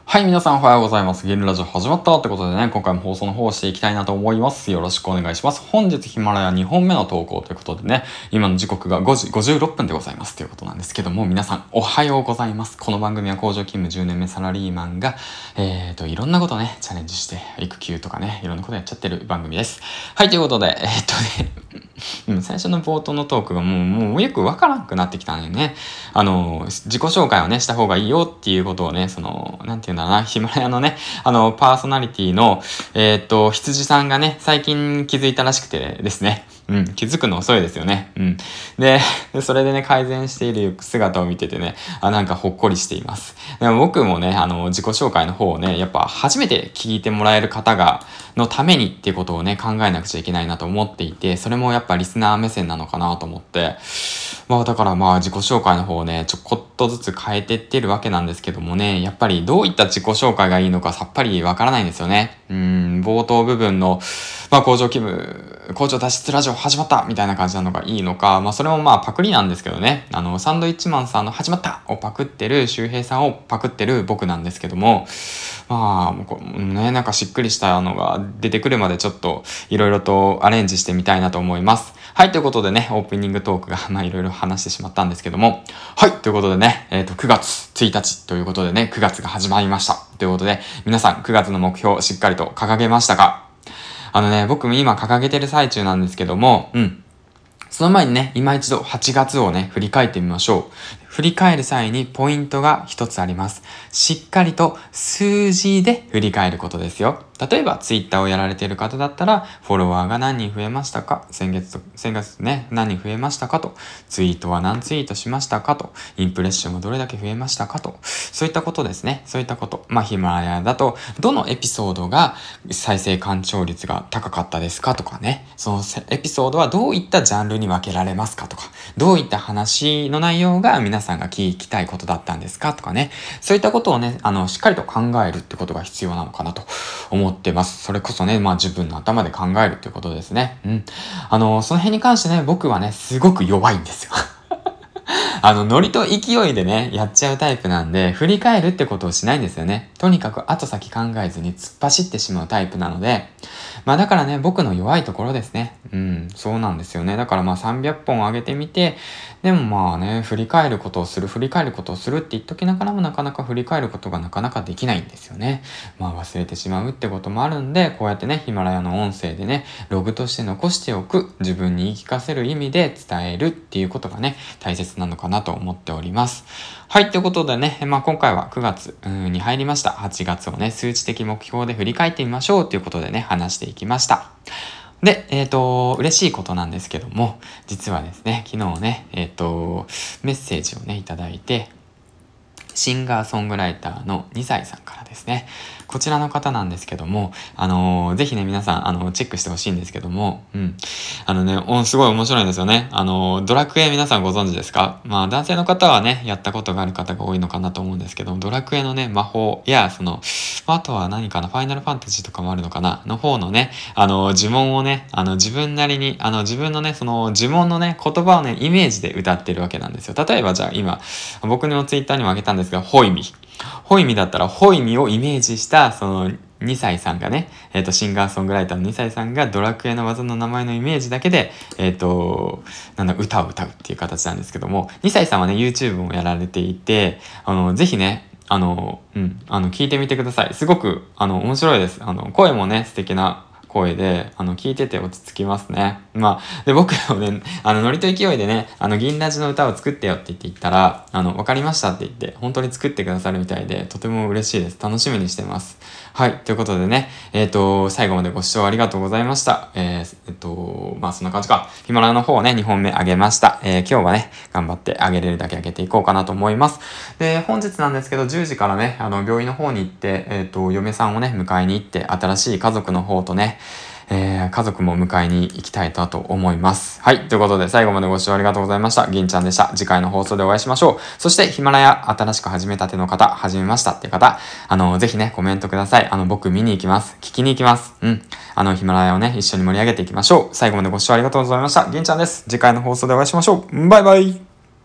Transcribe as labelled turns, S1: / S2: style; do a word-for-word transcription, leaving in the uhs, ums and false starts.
S1: はい、皆さんおはようございます。ゲームラジオ始まったってことでね、今回も放送の方をしていきたいなと思います。よろしくお願いします。本日ヒマラヤにほんめの投稿ということでね、今の時刻がごじごじゅうろっぷんでございますということなんですけども、皆さんおはようございます。この番組は工場勤務じゅうねんめサラリーマンが、えーと、いろんなことね、チャレンジして、育休とかね、いろんなことやっちゃってる番組です。はい、ということで、えーとね、うん、最初の冒頭のトークがもう、もうよくわからなくなってきたんだよね。あの、自己紹介をね、した方がいいよっていうことをね、その、なんていうんだろうな、ヒマラヤのね、あの、パーソナリティの、えーっと、羊さんがね、最近気づいたらしくてですね。うん、気づくの遅いですよね。うん。で、それでね、改善している姿を見ててね、あ、なんかほっこりしています。でも僕もね、あの、自己紹介の方をね、やっぱ初めて聞いてもらえる方が、のためにっていうことをね、考えなくちゃいけないなと思っていて、それもやっぱリスナー目線なのかなと思って、まあだからまあ自己紹介の方をね、ちょこっとずつ変えてってるわけなんですけどもね、やっぱりどういった自己紹介がいいのかさっぱりわからないんですよね。うーん、冒頭部分の、まあ工場勤務、工場脱出ラジオ始まったみたいな感じなのがいいのか、まあそれもまあパクリなんですけどね、あの、サンドイッチマンさんの始まったをパクってる周平さんをパクってる僕なんですけども、まあ、もうこうね、なんかしっくりしたのが出てくるまでちょっといろいろとアレンジしてみたいなと思います。はい、ということでね、オープニングトークがまあいろいろ話してしまったんですけども、はい、ということでね、えっと、くがつついたちということでね、くがつが始まりました。ということで、皆さんくがつの目標しっかりと掲げましたか？あのね、僕も今掲げてる最中なんですけども、うん。その前にね、今一度はちがつをね、振り返ってみましょう。振り返る際にポイントが一つあります。しっかりと数字で振り返ることですよ。例えば、ツイッターをやられている方だったら、フォロワーが何人増えましたか？先月と、先月ね、何人増えましたかと、ツイートは何ツイートしましたかと、インプレッションはどれだけ増えましたかと、そういったことですね。そういったこと。まあ、ヒマラヤだと、どのエピソードが再生干潮率が高かったですかとかね、そのエピソードはどういったジャンルに分けられますかとか、どういった話の内容が皆さんが聞きたいことだったんですかとかね、そういったことをね、あの、しっかりと考えるってことが必要なのかなと思ってます。それこそね、まあ自分の頭で考えるっていうことですね。うん。あの、その辺に関してね、僕はね、すごく弱いんですよ。あの、ノリと勢いでね、やっちゃうタイプなんで、振り返るってことをしないんですよね。とにかく後先考えずに突っ走ってしまうタイプなので、まあだからね、僕の弱いところですね。うん、そうなんですよね。だからまあさんびゃっぽん上げてみて、でもまあね、振り返ることをする、振り返ることをするって言っときながらもなかなか振り返ることがなかなかできないんですよね。まあ忘れてしまうってこともあるんで、こうやってね、ヒマラヤの音声でね、ログとして残しておく、自分に言い聞かせる意味で伝えるっていうことがね、大切なのかなと思っております。はい、ということでね、まあ今回はくがつに入りました。はちがつをね、数値的目標で振り返ってみましょうということでね、話していきました。で、えっと、嬉しいことなんですけども、実はですね、昨日ね、えっと、メッセージをね、いただいて、シンガーソングライターのにさいさんからですね。こちらの方なんですけども、あのー、ぜひね、皆さん、あのー、チェックしてほしいんですけども、うん。あのね、おすごい面白いんですよね。あのー、ドラクエ皆さんご存知ですか？まあ、男性の方はね、やったことがある方が多いのかなと思うんですけど、ドラクエのね、魔法や、その、あとは何かな、ファイナルファンタジーとかもあるのかなの方のね、あのー、呪文をね、あの、自分なりに、あの、自分のね、その、呪文のね、言葉をね、イメージで歌ってるわけなんですよ。例えば、じゃあ今、僕のツイッターにもあげたんですが、ホイミ。ホイミだったら、ホイミをイメージした、その、にさいさんがね、えっと、シンガーソングライターのにさいさんがドラクエの技の名前のイメージだけで、えっと、なんだ、歌を歌うっていう形なんですけども、にさいさんはね、YouTube もやられていて、あの、ぜひね、あの、うん、あの、聞いてみてください。すごく、あの、面白いです。あの、声もね、素敵な声で、あの、聞いてて落ち着きますね。まあ、で、僕もね、あの、ノリと勢いでね、あの、銀ラジの歌を作ってよって言って言ったら、あの、わかりましたって言って、本当に作ってくださるみたいで、とても嬉しいです。楽しみにしてます。はい。ということでね、えっと、最後までご視聴ありがとうございました。えー、えっと、まあ、そんな感じか。ヒマラヤの方をね、にほんめ上げました。えー、今日はね、頑張って上げれるだけ上げていこうかなと思います。で、本日なんですけど、じゅうじからね、あの、病院の方に行って、えっと、嫁さんをね、迎えに行って、新しい家族の方とね、えー、家族も迎えに行きたいと思います。はい。ということで、最後までご視聴ありがとうございました。銀ちゃんでした。次回の放送でお会いしましょう。そして、ヒマラヤ新しく始めたての方、始めましたっていう方、あの、ぜひね、コメントください。あの、僕見に行きます。聞きに行きます。うん。あの、ヒマラヤをね、一緒に盛り上げていきましょう。最後までご視聴ありがとうございました。銀ちゃんです。次回の放送でお会いしましょう。バイバイ。